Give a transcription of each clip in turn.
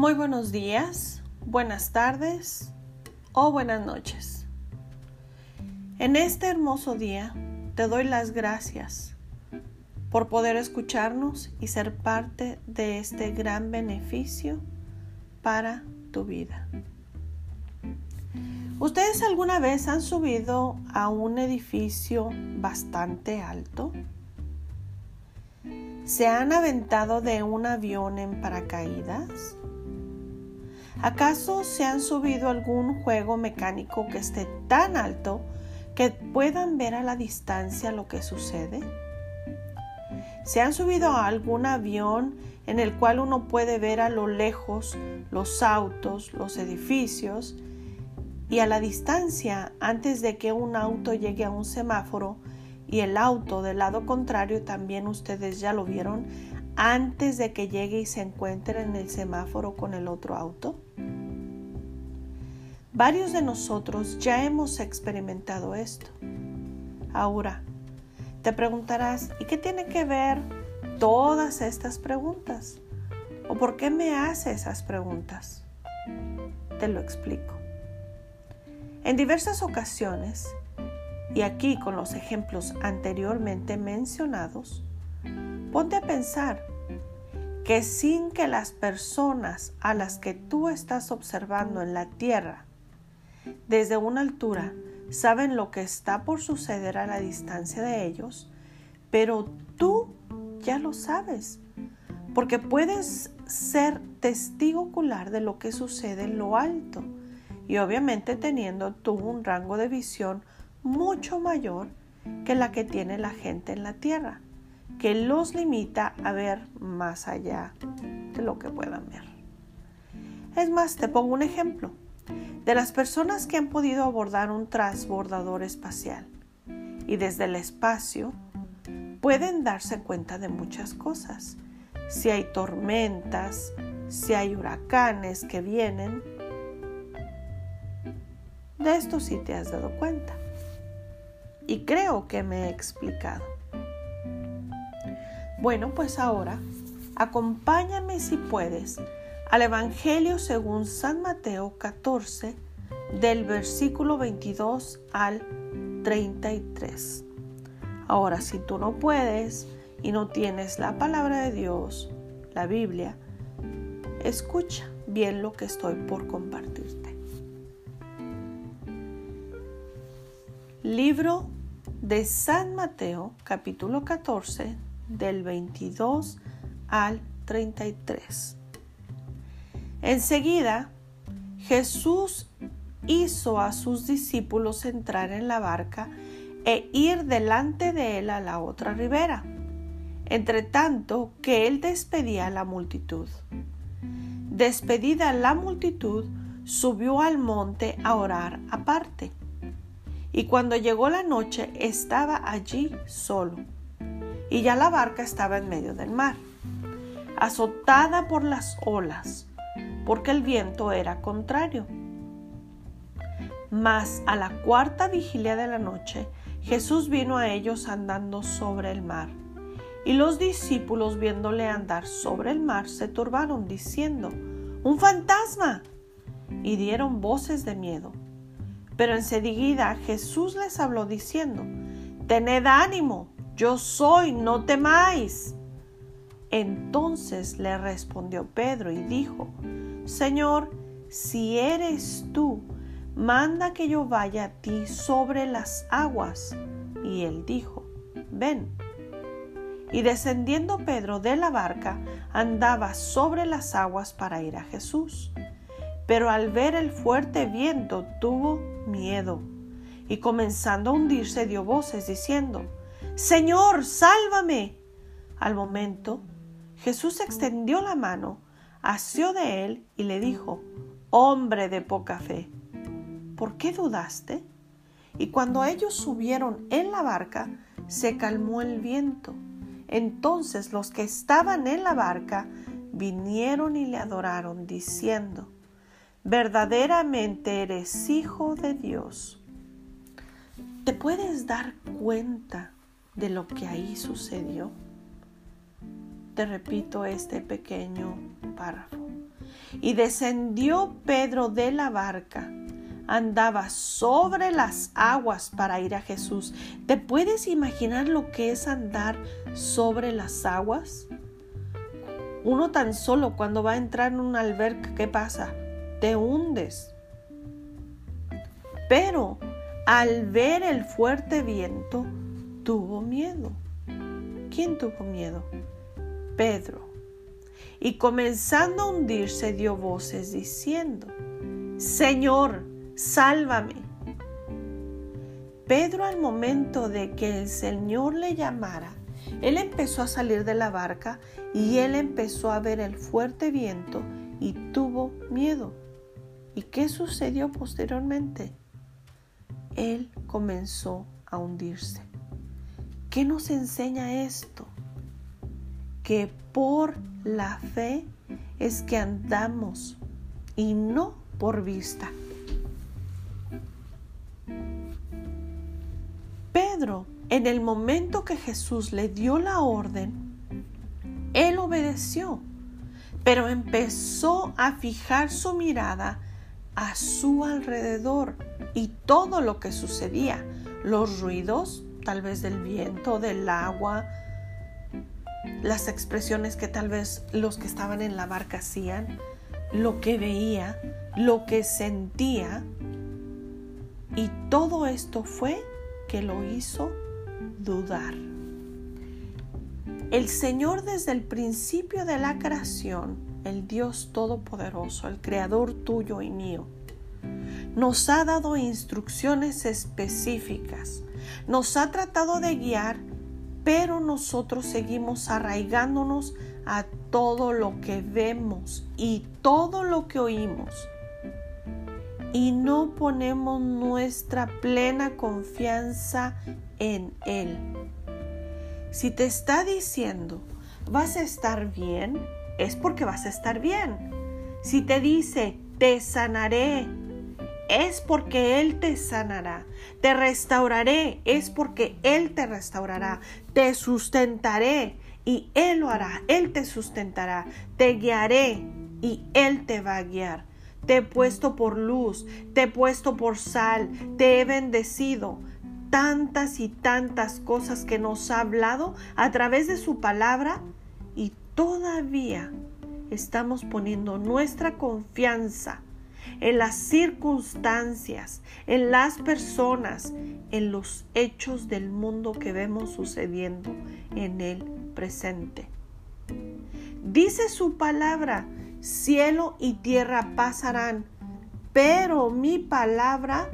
Muy buenos días, buenas tardes o buenas noches. En este hermoso día te doy las gracias por poder escucharnos y ser parte de este gran beneficio para tu vida. ¿Ustedes alguna vez han subido a un edificio bastante alto? ¿Se han aventado de un avión en paracaídas? ¿Acaso se han subido a algún juego mecánico que esté tan alto que puedan ver a la distancia lo que sucede? ¿Se han subido a algún avión en el cual uno puede ver a lo lejos los autos, los edificios y a la distancia, antes de que un auto llegue a un semáforo y el auto del lado contrario también ustedes ya lo vieron antes de que llegue y se encuentre en el semáforo con el otro auto? Varios de nosotros ya hemos experimentado esto. Ahora, te preguntarás, ¿y qué tiene que ver todas estas preguntas? ¿O por qué me hace esas preguntas? Te lo explico. En diversas ocasiones, y aquí con los ejemplos anteriormente mencionados, ponte a pensar que sin que las personas a las que tú estás observando en la tierra desde una altura saben lo que está por suceder a la distancia de ellos, pero tú ya lo sabes, porque puedes ser testigo ocular de lo que sucede en lo alto y obviamente teniendo tú un rango de visión mucho mayor que la que tiene la gente en la tierra, que los limita a ver más allá de lo que puedan ver. Es más, te pongo un ejemplo de las personas que han podido abordar un transbordador espacial y desde el espacio pueden darse cuenta de muchas cosas. Si hay tormentas, si hay huracanes que vienen, de esto sí te has dado cuenta. Y creo que me he explicado. Bueno, pues ahora, acompáñame si puedes al Evangelio según San Mateo 14, del versículo 22 al 33. Ahora, si tú no puedes y no tienes la palabra de Dios, la Biblia, escucha bien lo que estoy por compartirte. Libro de San Mateo, capítulo 14, del 22 al 33. Enseguida, Jesús hizo a sus discípulos entrar en la barca e ir delante de él a la otra ribera, entre tanto que él despedía a la multitud. Despedida la multitud, subió al monte a orar aparte. Y cuando llegó la noche, estaba allí solo. Y ya la barca estaba en medio del mar, azotada por las olas, porque el viento era contrario. Mas a la cuarta vigilia de la noche, Jesús vino a ellos andando sobre el mar. Y los discípulos, viéndole andar sobre el mar, se turbaron, diciendo: ¡Un fantasma! Y dieron voces de miedo. Pero enseguida Jesús les habló diciendo: ¡Tened ánimo! Yo soy, no temáis. Entonces le respondió Pedro y dijo: Señor, si eres tú, manda que yo vaya a ti sobre las aguas. Y él dijo: Ven. Y descendiendo Pedro de la barca, andaba sobre las aguas para ir a Jesús. Pero al ver el fuerte viento tuvo miedo, y comenzando a hundirse dio voces diciendo: Señor, sálvame. Al momento, Jesús extendió la mano, asió de él y le dijo: Hombre de poca fe, ¿por qué dudaste? Y cuando ellos subieron en la barca, se calmó el viento. Entonces los que estaban en la barca vinieron y le adoraron, diciendo: verdaderamente eres Hijo de Dios. ¿Te puedes dar cuenta de lo que ahí sucedió? Te repito este pequeño párrafo. Y descendió Pedro de la barca. Andaba sobre las aguas para ir a Jesús. ¿Te puedes imaginar lo que es andar sobre las aguas? Uno tan solo cuando va a entrar en una alberca, ¿qué pasa? Te hundes. Pero al ver el fuerte viento, tuvo miedo. ¿Quién tuvo miedo? Pedro. Y comenzando a hundirse, dio voces diciendo: Señor, sálvame. Pedro, al momento de que el Señor le llamara, él empezó a salir de la barca y él empezó a ver el fuerte viento y tuvo miedo. ¿Y qué sucedió posteriormente? Él comenzó a hundirse. ¿Qué nos enseña esto? Que por la fe es que andamos y no por vista. Pedro, en el momento que Jesús le dio la orden, él obedeció, pero empezó a fijar su mirada a su alrededor y todo lo que sucedía, los ruidos, tal vez del viento, del agua, las expresiones que tal vez los que estaban en la barca hacían, lo que veía, lo que sentía, y todo esto fue que lo hizo dudar. El Señor, desde el principio de la creación, el Dios Todopoderoso, el Creador tuyo y mío, nos ha dado instrucciones específicas, nos ha tratado de guiar, pero nosotros seguimos arraigándonos a todo lo que vemos y todo lo que oímos, y no ponemos nuestra plena confianza en Él. Si te está diciendo, vas a estar bien, es porque vas a estar bien. Si te dice, te sanaré, es porque Él te sanará. Te restauraré, es porque Él te restaurará. Te sustentaré y Él lo hará. Él te sustentará. Te guiaré y Él te va a guiar. Te he puesto por luz, te he puesto por sal, te he bendecido. Tantas y tantas cosas que nos ha hablado a través de su palabra, y todavía estamos poniendo nuestra confianza en las circunstancias, en las personas, en los hechos del mundo que vemos sucediendo en el presente. Dice su palabra: cielo y tierra pasarán, pero mi palabra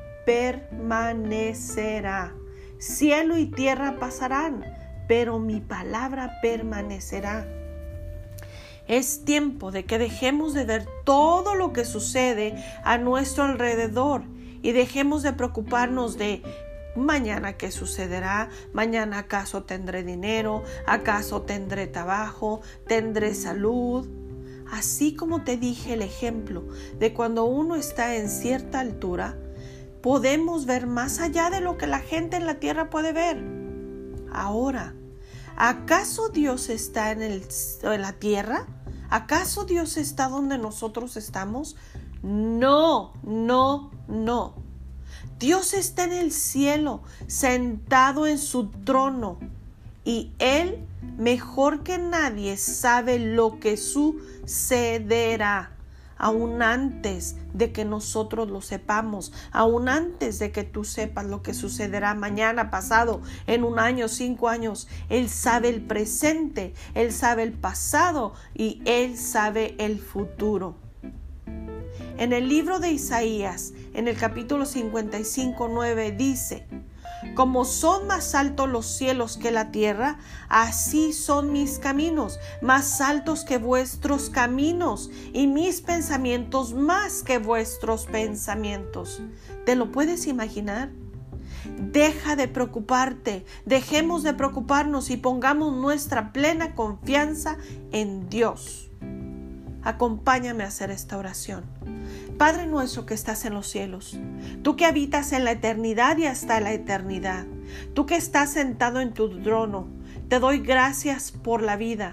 permanecerá. Cielo y tierra pasarán, pero mi palabra permanecerá. Es tiempo de que dejemos de ver todo lo que sucede a nuestro alrededor y dejemos de preocuparnos de mañana qué sucederá, mañana acaso tendré dinero, acaso tendré trabajo, tendré salud. Así como te dije el ejemplo de cuando uno está en cierta altura, podemos ver más allá de lo que la gente en la tierra puede ver. Ahora, ¿acaso Dios está en la tierra? ¿Acaso Dios está donde nosotros estamos? No, no, no. Dios está en el cielo, sentado en su trono, y Él, mejor que nadie, sabe lo que sucederá, aún antes de que nosotros lo sepamos, aún antes de que tú sepas lo que sucederá mañana, pasado, en un año, 5 años. Él sabe el presente, Él sabe el pasado y Él sabe el futuro. En el libro de Isaías, en el capítulo 55:9 dice: como son más altos los cielos que la tierra, así son mis caminos, más altos que vuestros caminos, y mis pensamientos más que vuestros pensamientos. ¿Te lo puedes imaginar? Deja de preocuparte, dejemos de preocuparnos y pongamos nuestra plena confianza en Dios. Acompáñame a hacer esta oración. Padre nuestro que estás en los cielos, tú que habitas en la eternidad y hasta la eternidad, tú que estás sentado en tu trono, te doy gracias por la vida,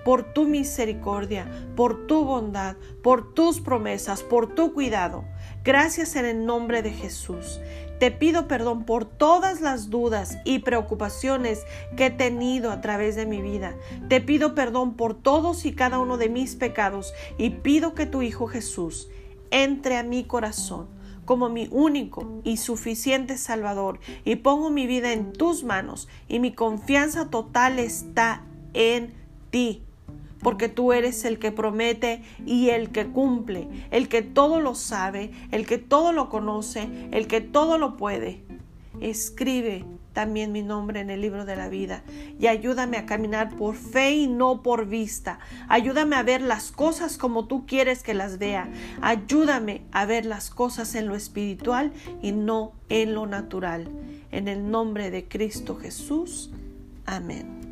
por tu misericordia, por tu bondad, por tus promesas, por tu cuidado. Gracias en el nombre de Jesús. Te pido perdón por todas las dudas y preocupaciones que he tenido a través de mi vida. Te pido perdón por todos y cada uno de mis pecados y pido que tu Hijo Jesús entre a mi corazón como mi único y suficiente Salvador, y pongo mi vida en tus manos y mi confianza total está en ti, porque tú eres el que promete y el que cumple, el que todo lo sabe, el que todo lo conoce, el que todo lo puede. Escribe también mi nombre en el libro de la vida y ayúdame a caminar por fe y no por vista. Ayúdame a ver las cosas como tú quieres que las vea. Ayúdame a ver las cosas en lo espiritual y no en lo natural. En el nombre de Cristo Jesús. Amén.